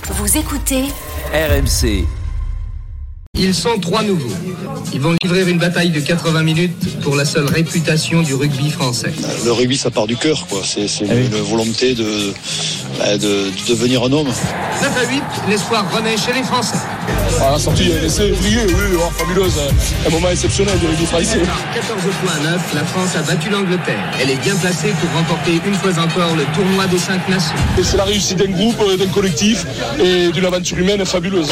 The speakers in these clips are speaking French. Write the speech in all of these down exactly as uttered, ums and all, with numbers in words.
Vous écoutez R M C. Ils sont trois nouveaux. Ils vont livrer une bataille de quatre-vingts minutes pour la seule réputation du rugby français. Le rugby, ça part du cœur, quoi. C'est, c'est une, une volonté de, de, de devenir un homme. neuf à huit, l'espoir renaît chez les Français. Ah, la sortie, elle essaie de briller, oui, oh, fabuleuse. Un moment exceptionnel du rugby français. quatorze points neuf, la France a battu l'Angleterre. Elle est bien placée pour remporter une fois encore le tournoi des cinq nations. Et c'est la réussite d'un groupe, d'un collectif et d'une aventure humaine fabuleuse.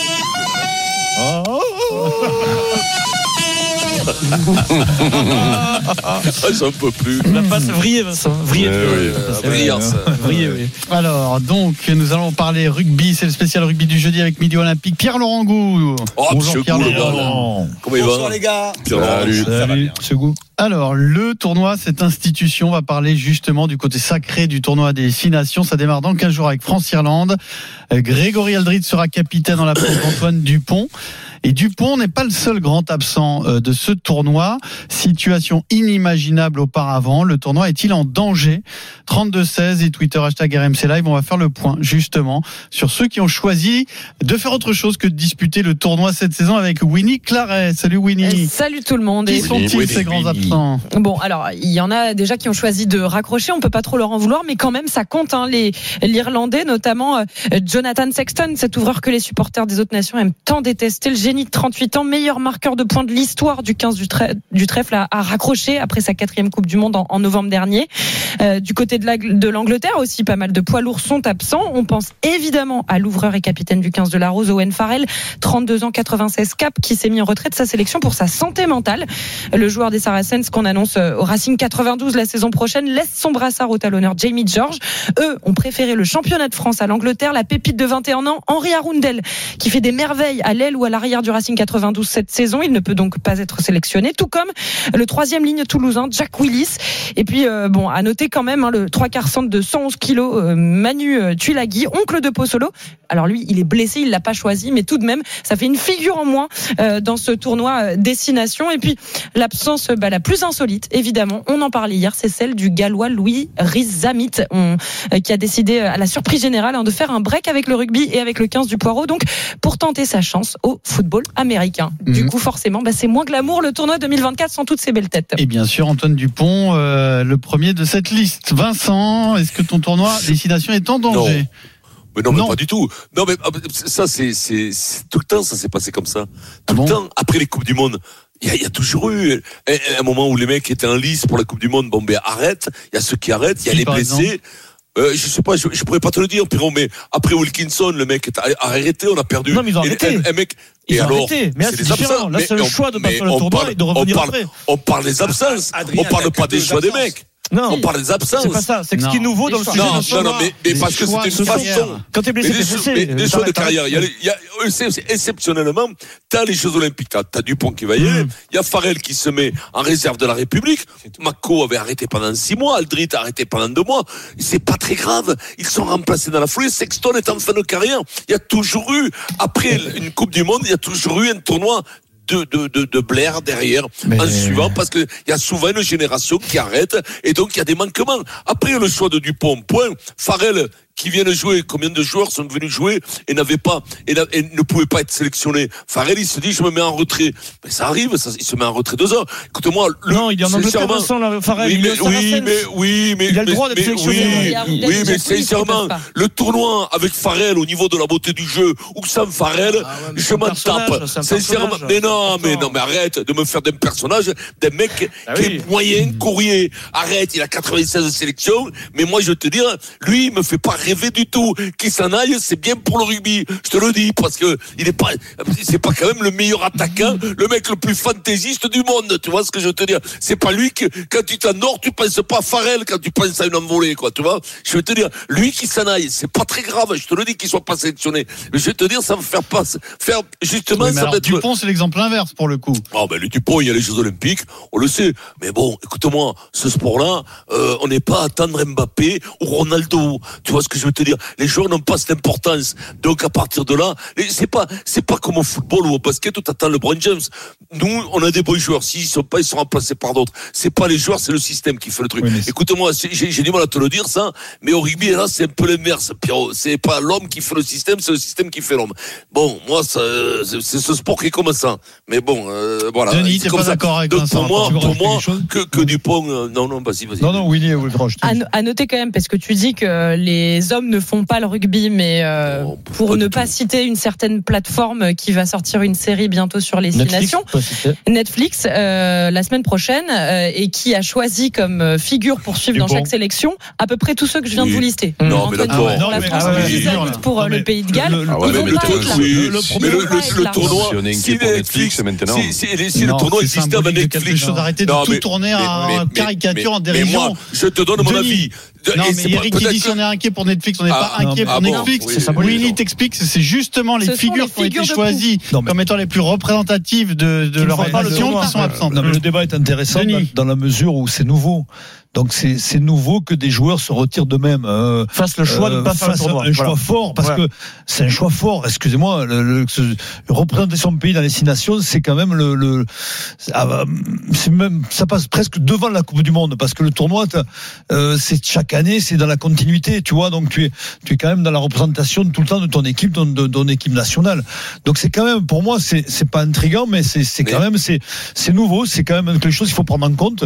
J'en peux plus. La passe vrillée, Vincent. Vrillée. Euh, oui, brillance. Vrillée, oui. Alors, donc, nous allons parler rugby. C'est le spécial rugby du jeudi avec Midi Olympique. Pierre-Laurent Gou. Oh, Bonjour Pierre-Laurent. Comment il va? Bonsoir les gars. Salut. Salut, ce Gou. Alors, le tournoi, cette institution va parler justement du côté sacré du tournoi des six nations. Ça démarre dans quinze jours avec France-Irlande. Grégory Aldrit sera capitaine en la place d'Antoine Dupont. Et Dupont n'est pas le seul grand absent de ce tournoi. Situation inimaginable auparavant. Le tournoi est-il en danger? trente-deux seize et Twitter hashtag R M C Live. On va faire le point justement sur ceux qui ont choisi de faire autre chose que de disputer le tournoi cette saison avec Winnie Claret. Salut Winnie. Euh, salut tout le monde. Qui sont-ils Winnie, ces grands Winnie. absents? Bon, alors il y en a déjà qui ont choisi de raccrocher. On peut pas trop leur en vouloir, mais quand même ça compte. Hein, les l'Irlandais, notamment euh, Jonathan Sexton, cet ouvreur que les supporters des autres nations aiment tant détester. Le génie de trente-huit ans, meilleur marqueur de points de l'histoire du quinze du, tra- du trèfle, a, a raccroché après sa quatrième Coupe du Monde en, en novembre dernier. Euh, du côté de, la, de l'Angleterre aussi, pas mal de poids lourds sont absents. On pense évidemment à l'ouvreur et capitaine du quinze de la Rose, Owen Farrell, trente-deux ans, quatre-vingt-seize caps, qui s'est mis en retrait de sa sélection pour sa santé mentale. Le joueur des Saracens qu'on annonce au Racing quatre-vingt-douze la saison prochaine laisse son brassard au talonneur Jamie George. Eux ont préféré le championnat de France à l'Angleterre. La pépite de vingt et un ans, Henri Arundel, qui fait des merveilles à l'aile ou à l'arrière du Racing quatre-vingt-douze cette saison. Il ne peut donc pas être sélectionné, tout comme le troisième ligne toulousain Jack Willis. Et puis euh, bon, à noter quand même hein, le trois quarts centre de cent onze kilos euh, Manu euh, Tuilagi, oncle de Pozzolo. Alors lui, il est blessé, il l'a pas choisi, mais tout de même, ça fait une figure en moins euh, dans ce tournoi euh, Destination. Et puis l'absence bah, la plus insolite, évidemment, on en parlait hier, c'est celle du Gallois Louis Riz-Zamit, on, euh, qui a décidé à la surprise générale hein, de faire un break avec le rugby et avec le quinze du Poireau, donc pour tenter sa chance au football américain. Mmh. Du coup, forcément, bah, c'est moins glamour le tournoi deux mille vingt-quatre sans toutes ces belles têtes. Et bien sûr, Antoine Dupont, euh, le premier de cette liste. Vincent, est-ce que ton tournoi Destination est en danger? Non. Mais non, mais non. pas du tout. Non, mais ça, c'est, c'est, c'est tout le temps, ça s'est passé comme ça. Tout ah bon le temps, après les Coupes du Monde. Il y, a, il y a toujours eu un, un moment où les mecs étaient en lice pour la Coupe du Monde. Bon, ben arrête. Il y a ceux qui arrêtent. Il y a qui, les blessés. Euh, je sais pas, je, je pourrais pas te le dire, Pierrot, mais après Wilkinson, le mec a arrêté, on a perdu. Non, mais ils ont arrêté. Un, un mec. Ils et ont alors, arrêté. Mais là, c'est, c'est différent. Là, c'est le on, choix de pas faire le tournoi parle, et de revenir on parle, après. On parle des absences. Adrien, on parle pas des choix des mecs. Non, on parle des absences. C'est pas ça. C'est que ce qui est nouveau dans le sujet. Non, non, non, mais, mais parce que c'est une façon. Quand t'es blessé, t'es blessé. Des choix de carrière. Il y a, il y a, c'est, c'est exceptionnellement, t'as les Jeux Olympiques, t'as, t'as Dupont qui va y aller. Il y a Farrell qui se met en réserve de la République. Mako avait arrêté pendant six mois. Aldrit a arrêté pendant deux mois. C'est pas très grave. Ils sont remplacés dans la foulée. Sexton est en fin de carrière. Il y a toujours eu, après une Coupe du Monde, il y a toujours eu un tournoi de, de, de, de Blair derrière, mais... en suivant, parce qu'il y a souvent une génération qui arrête, et donc il y a des manquements. Après le choix de Dupont, point. Farrell, qui viennent jouer, combien de joueurs sont venus jouer et n'avaient pas, et, et ne pouvaient pas être sélectionnés. Farrell, il se dit, je me mets en retrait. Mais ça arrive, ça, il se met en retrait deux heures. Écoute-moi, le, non, il est en Angleterre, Vincent, là, Farrell. Oui, mais, oui, mais, oui, mais, il a le droit d'être mais, sélectionné. Oui, oui, mais sincèrement, le tournoi avec Farrell au niveau de la beauté du jeu, ou sans Farrell, ah ouais, je m'en tape. Sincèrement, mais non, mais non, mais arrête de me faire d'un personnage, d'un mec ah qui oui. est moyen, courrier. Arrête, il a quatre-vingt-seize sélections, mais moi, je te dis, lui, il me fait pas rêver du tout. Qu'il s'en aille, c'est bien pour le rugby. Je te le dis, parce que il est pas, c'est pas quand même le meilleur attaquant, le mec le plus fantaisiste du monde. Tu vois ce que je veux te dire? C'est pas lui que, quand tu t'endors, tu penses pas à Farrell quand tu penses à une envolée, quoi. Tu vois? Je veux te dire, lui qui s'en aille, c'est pas très grave. Je te le dis qu'il soit pas sélectionné. Mais je vais te dire, ça va faire pas, faire, justement, oui, ça alors, va être. Dupont, c'est l'exemple inverse pour le coup. Ah, ben, le Dupont, il y a les Jeux Olympiques, on le sait. Mais bon, écoute-moi, ce sport-là, euh, on n'est pas à attendre Mbappé ou Ronaldo. Tu vois ce que je veux te dire. Les joueurs n'ont pas cette importance. Donc, à partir de là, c'est pas, c'est pas comme au football ou au basket où t'attends LeBron James. Nous, on a des bons joueurs. S'ils sont pas, ils sont remplacés par d'autres. C'est pas les joueurs, c'est le système qui fait le truc. Oui, écoute-moi, j'ai, j'ai du mal à te le dire, ça, mais au rugby, là, c'est un peu l'inverse, Pierrot. C'est pas l'homme qui fait le système, c'est le système qui fait l'homme. Bon, moi, ça, c'est, c'est ce sport qui est comme ça. Mais bon, euh, voilà. Denis, t'es pas ça. D'accord avec Donc, Vincent, pour moi, pour moi, que, que Dupont, euh, non, non, vas-y, vas-y. Non, non, Willy, à, à noter quand même, parce que tu dis que les hommes ne font pas le rugby, mais euh, non, pour pas ne pas tout. citer une certaine plateforme qui va sortir une série bientôt sur les Six Nations, Netflix, euh, la semaine prochaine, euh, et qui a choisi comme figure pour suivre Dupont. Dans chaque sélection à peu près tous ceux que je viens oui. de vous lister. Non, Antoine, mais d'accord. Ah ouais, non, la France, ah ouais, ouais, pour non, le Pays de Galles. Ah ouais, mais le tournoi, si Netflix, maintenant, si le tournoi existait avec Netflix, arrêtez de tout tourner en caricature, en dérision. Je te donne mon avis. Non, mais Eric qui dit si on est inquiet pour Netflix, on n'est pas inquiet pour Netflix. Willy t'explique, c'est justement les figures qui ont été choisies comme étant les plus représentatives de leur émission qui sont absentes. Le débat est intéressant dans la mesure où c'est nouveau. Donc c'est c'est nouveau que des joueurs se retirent d'eux-mêmes. Euh, fassent le choix euh, de ne pas faire le tournoi. Un voilà. choix fort, parce voilà. que c'est un choix fort. Excusez-moi, le, le, le, représenter son pays dans les Six Nations, c'est quand même le, le c'est même ça passe presque devant la Coupe du Monde, parce que le tournoi, euh, c'est chaque année, c'est dans la continuité, tu vois. Donc tu es tu es quand même dans la représentation tout le temps de ton équipe, de, de, de ton équipe nationale. Donc c'est quand même, pour moi, c'est c'est pas intriguant, mais c'est c'est mais... quand même c'est c'est nouveau, c'est quand même quelque chose qu'il faut prendre en compte.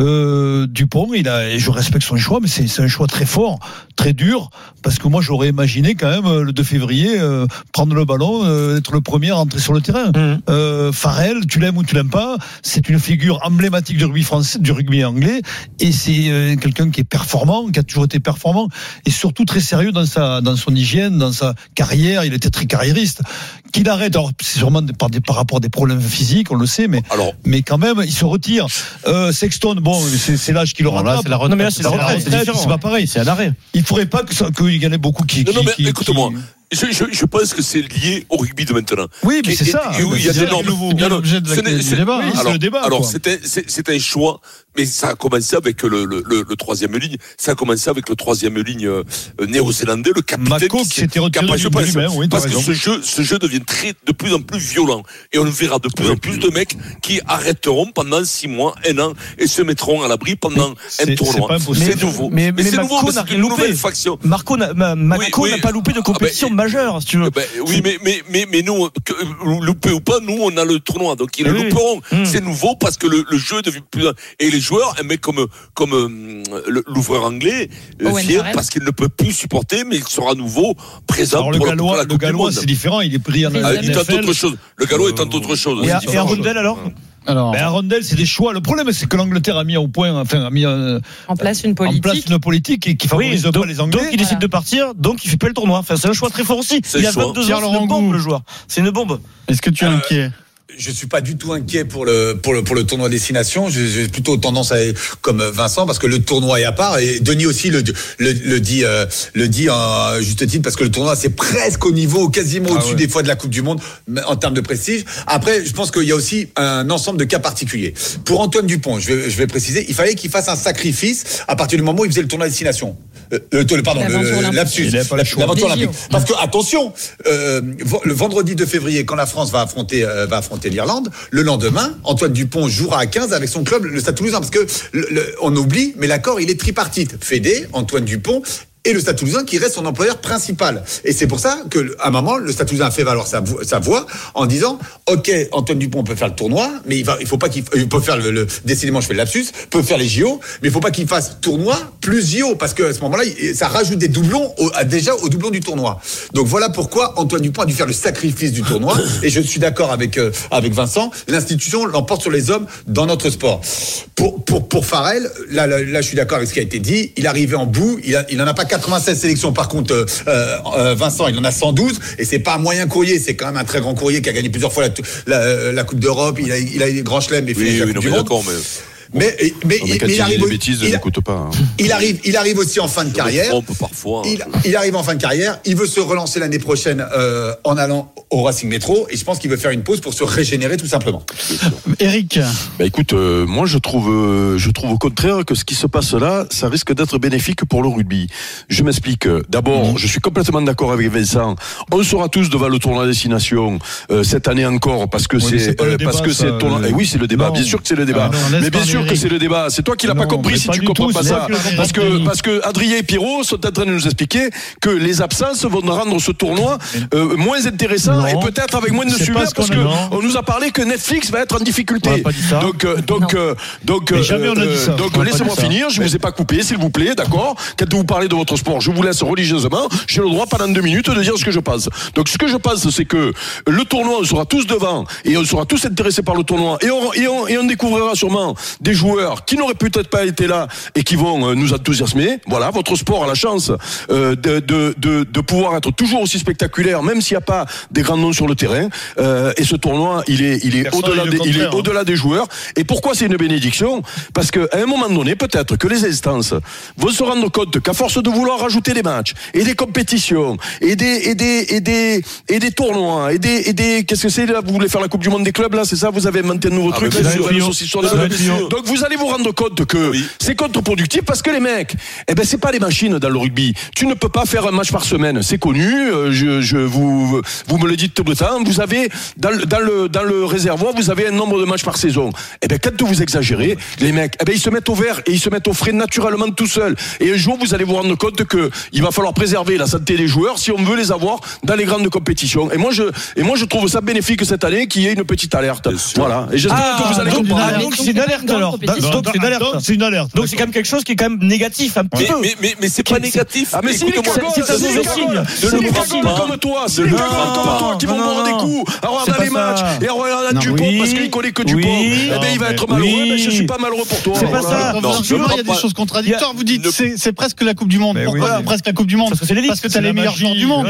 Euh, Dupont. Il a, et je respecte son choix, mais c'est, c'est un choix très fort, très dur, parce que moi j'aurais imaginé quand même le deux février euh, prendre le ballon, euh, être le premier à rentrer sur le terrain. Mmh. Euh, Farrell, tu l'aimes ou tu l'aimes pas, c'est une figure emblématique du rugby français, du rugby anglais, et c'est euh, quelqu'un qui est performant, qui a toujours été performant, et surtout très sérieux dans sa, dans son hygiène, dans sa carrière. Il était très carriériste. Qu'il arrête, alors c'est sûrement par, des, par rapport à des problèmes physiques, on le sait, mais alors, mais quand même, il se retire. Euh, Sexton, bon, c'est, c'est l'âge qui le Là, c'est la retraite. Non, mais là, c'est la retraite. C'est, c'est, c'est pas pareil. C'est un arrêt. Il faudrait pas que ça, qu'il y en ait beaucoup qui. Non, non, mais qui, écoute-moi. Qui... Je, je, je pense que c'est lié au rugby de maintenant. Oui, mais et, c'est ça. Et, et, il y a des normes. Il y a l'objet de la, c'est, c'est, débat. Oui, alors, c'est le débat. Alors, c'était, c'est, c'est un choix, mais ça a commencé avec le, le, le, le troisième ligne. Ça a commencé avec le troisième ligne euh, néo-zélandais, le capitaine. Mako qui s'était retiré du lui-même, oui, parce que ce jeu, ce jeu devient très, de plus en plus violent. Et on verra de plus en plus de mecs qui arrêteront pendant six mois, un an, et se mettront à l'abri pendant un tournoi. C'est nouveau. Mais c'est nouveau, mais c'est une nouvelle faction. Marco n'a pas loupé de compétition majeure, si tu veux. Ben, oui, mais, mais, mais, mais nous, que, loupé ou pas, nous, on a le tournoi. Donc, ils le oui. louperont. Mmh. C'est nouveau parce que le, le jeu devient plus. Et les joueurs, un mec comme, comme euh, l'ouvreur anglais, euh, oh, fier parce qu'il ne peut plus supporter, mais il sera à nouveau présent. Alors, pour le Gallois, la, pour la le Gallois, c'est différent. Il est pris en ah, il tente autre chose. Le Gallois euh, est autre chose. Et, et Arundel, alors? Alors, ben, Arundel, c'est des choix. Le problème, c'est que l'Angleterre a mis au point, enfin, a mis euh, en place une politique, en place une politique qui favorise oui, donc, pas les Anglais. Donc, il décide de partir, donc il fait pas le tournoi. Enfin, c'est un choix très fort aussi. C'est il a vingt-deux ans, c'est une bombe, le joueur. C'est une bombe. Est-ce que tu es euh, inquiet? Je suis pas du tout inquiet pour le pour le pour le tournoi Destination. J'ai, j'ai plutôt tendance à comme Vincent parce que le tournoi est à part et Denis aussi le le, le dit euh, le dit en juste titre parce que le tournoi c'est presque au niveau quasiment ah au-dessus ouais. des fois de la Coupe du Monde en termes de prestige. Après, je pense qu'il y a aussi un ensemble de cas particuliers. Pour Antoine Dupont, je vais je vais préciser, il fallait qu'il fasse un sacrifice à partir du moment où il faisait le tournoi Destination. Euh, le, pardon, le, lapsus, l'aventure olympique. Parce que attention, euh, le vendredi deux février, quand la France va affronter euh, va affronter l'Irlande, le lendemain, Antoine Dupont jouera à quinze avec son club, le Stade Toulousain, parce que le, le, on oublie, mais l'accord il est tripartite. Fédé, Antoine Dupont et le Stade Toulousain qui reste son employeur principal. Et c'est pour ça que, à un moment, le Stade Toulousain a fait valoir sa, sa voix en disant, ok, Antoine Dupont peut faire le tournoi, mais il va, il faut pas qu'il, il peut faire le, le décidément, je fais le lapsus, peut faire les J O, mais il faut pas qu'il fasse tournoi plus J O, parce que à ce moment-là, ça rajoute des doublons au, à, déjà au doublon du tournoi. Donc voilà pourquoi Antoine Dupont a dû faire le sacrifice du tournoi. Et je suis d'accord avec euh, avec Vincent, l'institution l'emporte sur les hommes dans notre sport. Pour pour pour Farrell, là, là là je suis d'accord avec ce qui a été dit. Il est arrivé en bout, il a, il en a pas quatre-vingt-seize sélections. Par contre, euh, euh, Vincent, il en a cent douze, et c'est pas un moyen courrier, c'est quand même un très grand courrier qui a gagné plusieurs fois la, la, la Coupe d'Europe. Il a il a eu des grands chelems et oui, oui, non, mais d'accord, mais Mais, mais, non, mais quand mais il, il arrive, des bêtises, il, n'écoute pas. Hein. il arrive, il arrive aussi en fin de carrière. Parfois. Il, il arrive en fin de carrière. Il veut se relancer l'année prochaine euh, en allant au Racing Métro. Et je pense qu'il veut faire une pause pour se régénérer tout simplement. Eric. Bah écoute, euh, moi je trouve, euh, je trouve au contraire que ce qui se passe là, ça risque d'être bénéfique pour le rugby. Je m'explique. D'abord, mmh. je suis complètement d'accord avec Vincent. On sera tous devant le tournoi Destination euh, cette année encore parce que oui, c'est, c'est euh, débat, parce que ça, c'est tournoi. Euh... Et oui, c'est le débat. Non. Bien sûr que c'est le débat. Ah, non, mais bien sûr Eric. que c'est le débat. C'est toi qui l'as non, pas compris si pas tu comprends tout, pas ça. Parce que parce que Adrien et Pierrot sont en train de nous expliquer que les absences vont rendre ce tournoi euh, moins intéressant non. et peut-être avec moins de suivi parce que on nous a parlé que Netflix va être en difficulté. Donc euh, donc euh, donc euh, donc laissez-moi finir. Je vous ai pas coupé, s'il vous plaît, d'accord. Quand vous parlez de votre sport, je vous laisse religieusement. J'ai le droit pendant deux minutes de dire ce que je pense. Donc ce que je pense, c'est que le tournoi, on sera tous devant et on sera tous intéressés par le tournoi et on et on, et on découvrira sûrement des joueurs qui n'auraient peut-être pas été là et qui vont nous enthousiasmer. Voilà, votre sport a la chance euh, de, de de de pouvoir être toujours aussi spectaculaire, même s'il n'y a pas des grands noms sur le terrain. Euh, et ce tournoi, il est il est Personne au-delà des, il est au-delà des joueurs. Et pourquoi c'est une bénédiction ? Parce que à un moment donné, peut-être que les instances vont se rendre compte qu'à force de vouloir rajouter des matchs et des compétitions et des et des et des et des tournois et des et des qu'est-ce que c'est là, vous voulez faire la Coupe du monde des clubs là, c'est ça, vous avez inventé un nouveau ah truc là, sur les saucissons de clubs. Donc vous allez vous rendre compte que oui. c'est contre-productif parce que les mecs, eh ben c'est pas les machines dans le rugby. Tu ne peux pas faire un match par semaine, c'est connu, je je vous vous me le dites tout le temps, vous avez dans le dans le dans le réservoir, vous avez un nombre de matchs par saison. Eh ben quand vous exagérez, les mecs, eh ben ils se mettent au vert et ils se mettent au frais naturellement tout seuls. Et un jour vous allez vous rendre compte que il va falloir préserver la santé des joueurs si on veut les avoir dans les grandes compétitions. Et moi je et moi je trouve ça bénéfique cette année qu'il y ait une petite alerte. Voilà. Et j'espère ah, que vous allez donc, comprendre. Donc c'est une alerte alors. Donc c'est une alerte. C'est une alerte. Donc c'est quand même quelque chose qui est quand même négatif un petit peu. Mais mais mais c'est pas négatif. Ah mais c'est un mauvais signe. C'est des cagoles comme toi, c'est des cagoles comme toi qui vont boire des coups, avoir dans les matchs et avoir un Dupont parce qu'il connaît que Dupont. Eh ben il va être malheureux, mais je suis pas malheureux pour toi. C'est pas ça. Il y a des choses contradictoires. Vous dites c'est presque la Coupe du Monde. Pourquoi presque la Coupe du Monde? Parce que t'as les meilleurs joueurs du monde.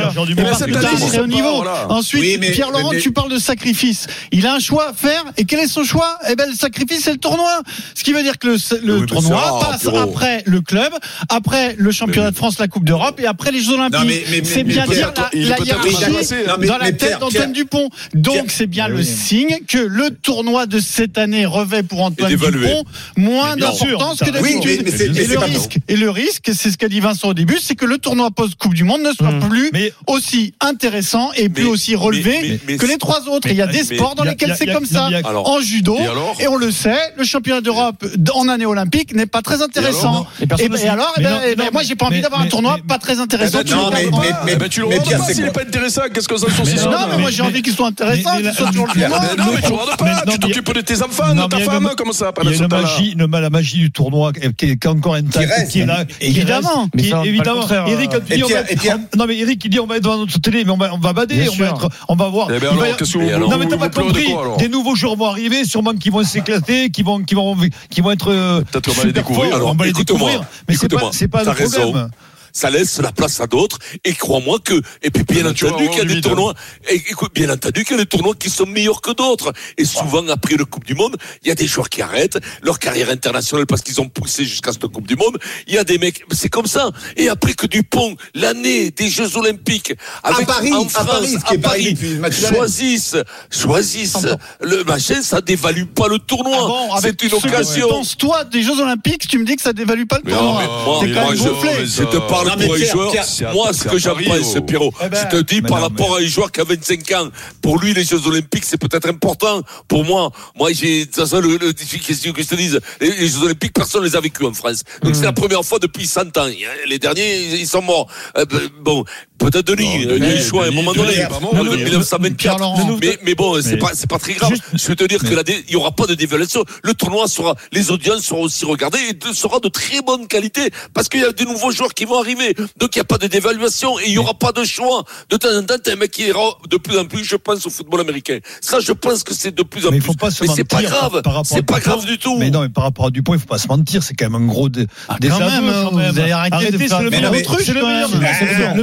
C'est au niveau. Ensuite, Pierre Laurent, tu parles de sacrifice. Il a un choix à faire. Et quel est son choix? Eh ben, le sacrifice, c'est le tournoi. Ce qui veut dire que le, le oui, tournoi passe Pierrot. Après le club, après le championnat mais, de France, la Coupe d'Europe, et après les Jeux Olympiques. Non, mais, mais, c'est mais, bien mais, dire la, la hiérarchie dans la tête d'Antoine Dupont. Donc, c'est bien le signe que le tournoi de cette année revêt pour Antoine Dupont moins d'importance que d'habitude. Et le risque, et le risque, c'est ce qu'a dit Vincent au début, c'est que le tournoi post-Coupe du Monde ne soit plus aussi intéressant et plus aussi relevé que les trois autres. Il y a des sports dans lesquels c'est comme ça. En judo, et on le sait, le championnat d'Europe en année olympique n'est pas très intéressant. Et, et, et alors, et ben, non, moi, j'ai pas envie mais, d'avoir mais, un tournoi mais, pas très intéressant. Non, mais, mais, mais, mais tu le regardes pas s'il est pas intéressant. Qu'est-ce que ça saucisse? Non, mais moi, j'ai envie qu'il soit intéressant, qu'il soit toujours le tournoi. Non, mais tu regardes pas. Tu t'occupes de tes enfants, de ta femme, comme ça. Il y a une magie, la magie du tournoi qui est encore intacte, qui est là. Évidemment. Évidemment. Eric, non, mais Eric, il dit on va être devant notre télé, mais on va bader, on va voir. Non, mais t'as pas compris. Des nouveaux joueurs vont arriver, sûrement qui vont s'éclater, qui vont, qui vont, qui vont être. Peut-être qu'on va les découvrir. Alors, on va les découvrir. Mais c'est pas, c'est pas le problème. Ça laisse la place à d'autres et crois-moi que et puis bien entendu qu'il y a des tournois et écoute bien entendu qu'il y a des tournois qui sont meilleurs que d'autres et souvent après le Coupe du Monde il y a des joueurs qui arrêtent leur carrière internationale parce qu'ils ont poussé jusqu'à cette Coupe du Monde. Il y a des mecs, c'est comme ça. Et après que Dupont l'année des Jeux Olympiques avec à Paris, en France, à Paris, à à Paris, Paris choisissent choisissent le machin, ça dévalue pas le tournoi. Ah bon, c'est une occasion. Pense-toi des Jeux Olympiques, tu me dis que ça dévalue pas le tournoi. C'est quand même gonflé. Je te parle pour un joueur. Moi, ce que j'en pense, Pierrot, eh ben, je te dis par rapport à un joueur qui a vingt-cinq ans, pour lui, les Jeux Olympiques, c'est peut-être important. Pour moi, moi, j'ai, de toute façon, le, le, question que je te dise, les, les Jeux Olympiques, personne ne les a vécus en France. Donc, mmh. c'est la première fois depuis cent ans. Les derniers, ils sont morts. Euh, bon, peut-être Denis, il a eu le choix à un moment donné, en mille neuf cent vingt-quatre. Mais, mais bon, c'est pas, c'est pas très grave. Je veux te dire que là, il y aura pas de dévaluation. Le tournoi sera, les audiences seront aussi regardées et sera de très bonne qualité parce qu'il y a de nouveaux joueurs qui vont arriver. Donc, il n'y a pas de dévaluation et il n'y aura pas de choix. De temps en temps, t'as un mec qui ira de plus en plus, je pense, au football américain. Ça, je pense que c'est de plus en mais plus. Mais c'est pas grave. Par, par c'est pas grave du tout. Mais non, mais par rapport à Dupont, il faut pas se mentir. C'est quand même un gros dé, ah, désaveu. Quand même, quand même. Vous allez arrêter, arrêter de faire le meilleur truc. C'est le meilleur joueur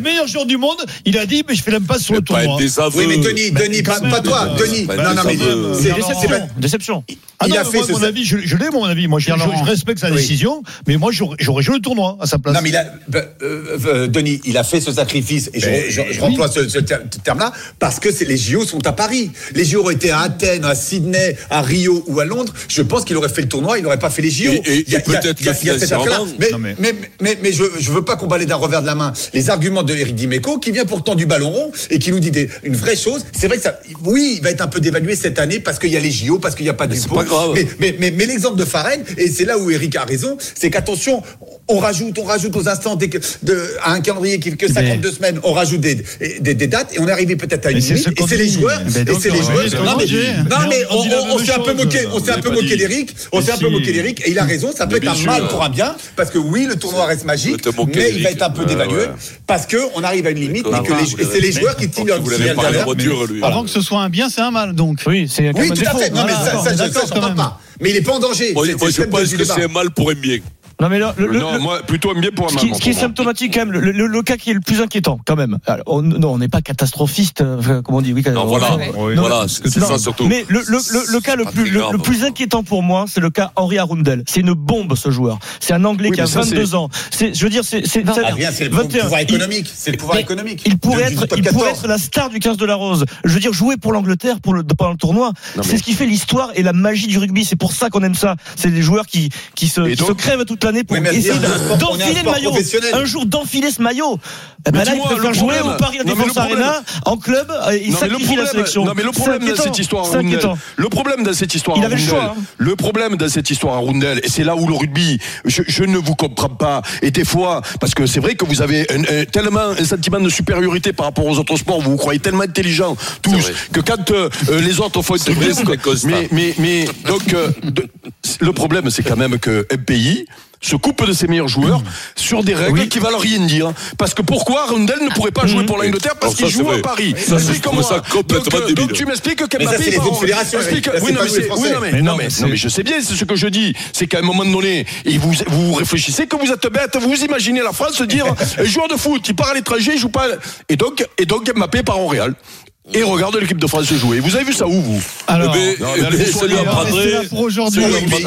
champion du monde, il a dit, mais je fais l'impasse sur le tournoi. Oui, mais Denis, Denis, pas toi, Denis. Non, non, mais c'est déception. Déception. Ah non, moi, mon avis, je, je l'ai, mon avis. Moi, je, je, je respecte sa décision, oui. mais moi, j'aurais, j'aurais joué le tournoi à sa place. Non, mais il a, euh, euh, Denis, il a fait ce sacrifice, et je, je, je remploie ce, ce terme-là, parce que c'est, les J O sont à Paris. Les J O auraient été à Athènes, à Sydney, à Rio ou à Londres. Je pense qu'il aurait fait le tournoi, il n'aurait pas fait les J O. Et, et, il y a, et peut-être il y a, il y a cette affaire-là. Mais, mais... mais, mais, mais je, je veux pas qu'on balaye d'un revers de la main les arguments de Éric Dimeco, qui vient pourtant du ballon rond et qui nous dit des, une vraie chose. C'est vrai que ça, oui, il va être un peu dévalué cette année parce qu'il y a les J O, parce qu'il n'y a pas de c'est pas grave. Mais, mais, mais, mais l'exemple de Farrell, et c'est là où Éric a raison, c'est qu'attention, on rajoute, on rajoute aux instants des, de, à un calendrier qui fait que cinquante-deux mais... semaines, on rajoute des, des, des dates et on est arrivé peut-être à une limite. Et c'est les joueurs, et c'est les joueurs. Non mais, non mais on, on, on s'est un peu moqué, on s'est un peu moqué d'Éric, on s'est un peu moqué d'Éric et il a raison, ça peut être un mal pour un bien, parce que oui, le tournoi reste magique, mais il va être un peu dévalué parce que on arrive à une limite et que et c'est les joueurs qui tirent leur voiture. Avant que ce soit un bien, c'est un mal, donc. Oui, c'est oui, tout à fait. Non mais ça, ça, ça, je comprends pas. Mais il est pas en danger. Moi, je pense que c'est un mal pour un bien. Non mais le, le, non, le, moi plutôt un bien pour un ce qui, mal. Ce qui est symptomatique quand même, le, le, le cas qui est le plus inquiétant quand même. Alors, on, non, on n'est pas catastrophiste, euh, comme on dit. Oui, non, on, voilà, on, oui. non, voilà, c'est, c'est non, ça surtout. Mais le, le, le, le cas le plus, le, le plus inquiétant pour moi, c'est le cas Henri Arundel. C'est une bombe ce joueur. C'est un Anglais oui, qui a vingt-deux c'est... ans. C'est, je veux dire, c'est, c'est, ah, bien, c'est le vingt et un. Pouvoir économique. C'est le pouvoir économique. Il pourrait être, il pourrait être la star du quinze de la Rose. Je veux dire, jouer pour l'Angleterre pour le pendant le tournoi, non, c'est ce qui fait l'histoire et la magie du rugby. C'est pour ça qu'on aime ça. C'est des joueurs qui qui se qui se crèvent toute l'année pour essayer d'enfiler le maillot. Un jour d'enfiler ce maillot. Eh ben là, il peut faire jouer au Paris Défense Arena en club. Il sacrifie la sélection. Non, mais le problème dans cette histoire, le problème dans cette histoire, il avait le choix. Le problème dans cette histoire à Roundel, et c'est là où le rugby, je, je ne vous comprends pas. Et des fois, parce que c'est vrai que vous avez un, un, tellement un sentiment de supériorité par rapport aux autres sports, vous vous croyez tellement intelligents tous que quand euh, les autres font c'est vrai, c'est mais, mais, mais donc euh, de, le problème, c'est quand même qu'un pays se coupe de ses meilleurs joueurs mmh. sur des règles oui. qui valent rien dire. Parce que pourquoi Rundel ne pourrait pas jouer mmh. pour l'Angleterre parce qu'il joue à Paris. Ça, c'est comme ça complètement donc, donc tu m'expliques que Mbappé c'est les fédérations. Oui, non, mais c'est, oui, non, mais, mais, non, mais, non, mais je sais bien, c'est ce que je dis. C'est qu'à un moment donné, et vous, vous réfléchissez que vous êtes bête, vous imaginez la France se dire un joueur de foot, il part à l'étranger, il joue pas. Et donc, et donc Mbappé part au Real. Et regarde l'équipe de France jouer. Vous avez vu ça où, vous? Alors, mais, non, mais allez, ça lui apprendrait. C'est là pour aujourd'hui.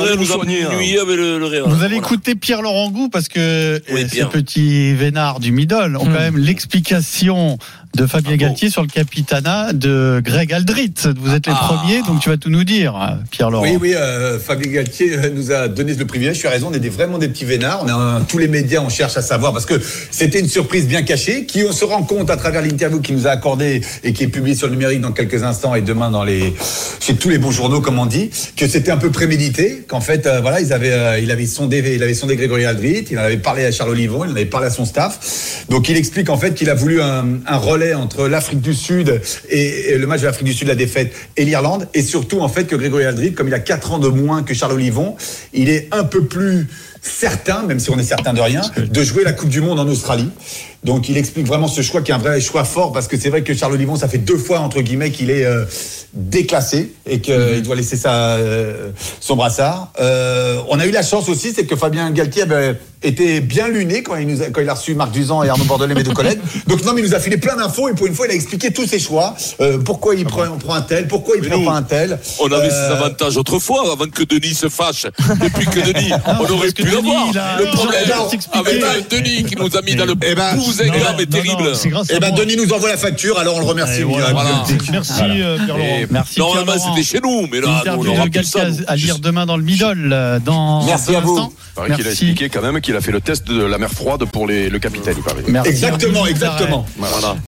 Vous allez écouter Pierre-Laurent Gou parce que oui, ce petit vénard du middle ont mmh. quand même l'explication de Fabien ah, Galtier bon. sur le capitanat de Greg Aldrit. Vous êtes les ah. premiers, donc tu vas tout nous dire, Pierre-Laurent. Oui, oui, euh, Fabien Galtier nous a donné le privilège. Tu as raison, on est des, vraiment des petits vénards. On est un, tous les médias, on cherche à savoir parce que c'était une surprise bien cachée qui, on se rend compte à travers l'interview qu'il nous a accordée et qui est publiée sur le numérique dans quelques instants et demain dans les chez tous les bons journaux, comme on dit, que c'était un peu prémédité, qu'en fait, euh, voilà, ils avaient, euh, il avait sondé, il avait sondé Grégory Aldrit, il en avait parlé à Charles Olivon, il en avait parlé à son staff. Donc, il explique en fait qu'il a voulu un, un relais entre l'Afrique du Sud et, et le match de l'Afrique du Sud, la défaite, et l'Irlande, et surtout en fait que Grégory Aldrit, comme il a quatre ans de moins que Charles Olivon, il est un peu plus certain, même si on est certain de rien, de jouer la Coupe du Monde en Australie. Donc il explique vraiment ce choix qui est un vrai choix fort parce que c'est vrai que Charles Olivon, ça fait deux fois entre guillemets qu'il est euh, déclassé et qu'il mmh. doit laisser sa, euh, son brassard. Euh, on a eu la chance aussi, c'est que Fabien Galtier avait été bien luné quand il, nous a, quand il a reçu Marc Duzan et Arnaud Bordelais, mes deux collègues. Donc non, mais il nous a filé plein d'infos et pour une fois il a expliqué tous ses choix. Euh, pourquoi il prend, on prend un tel, pourquoi il mais prend nous, pas un tel. On avait euh... ses avantages autrefois avant que Denis se fâche. Depuis que Denis, on aurait pu l'avoir. Le problème avec Denis qui nous a mis dans le vous êtes grave et terrible. Eh ben Denis nous envoie la facture, alors on le remercie. Voilà. Voilà. Merci voilà. Pierre-Laurent. Merci. Normalement c'était chez nous, mais là on aura plus ça. À lire demain dans le middle. Dans merci à vous. Il paraît qu'il a expliqué quand même qu'il a fait le test de la mer froide pour les, le capitaine. Merci. Exactement, exactement. Voilà.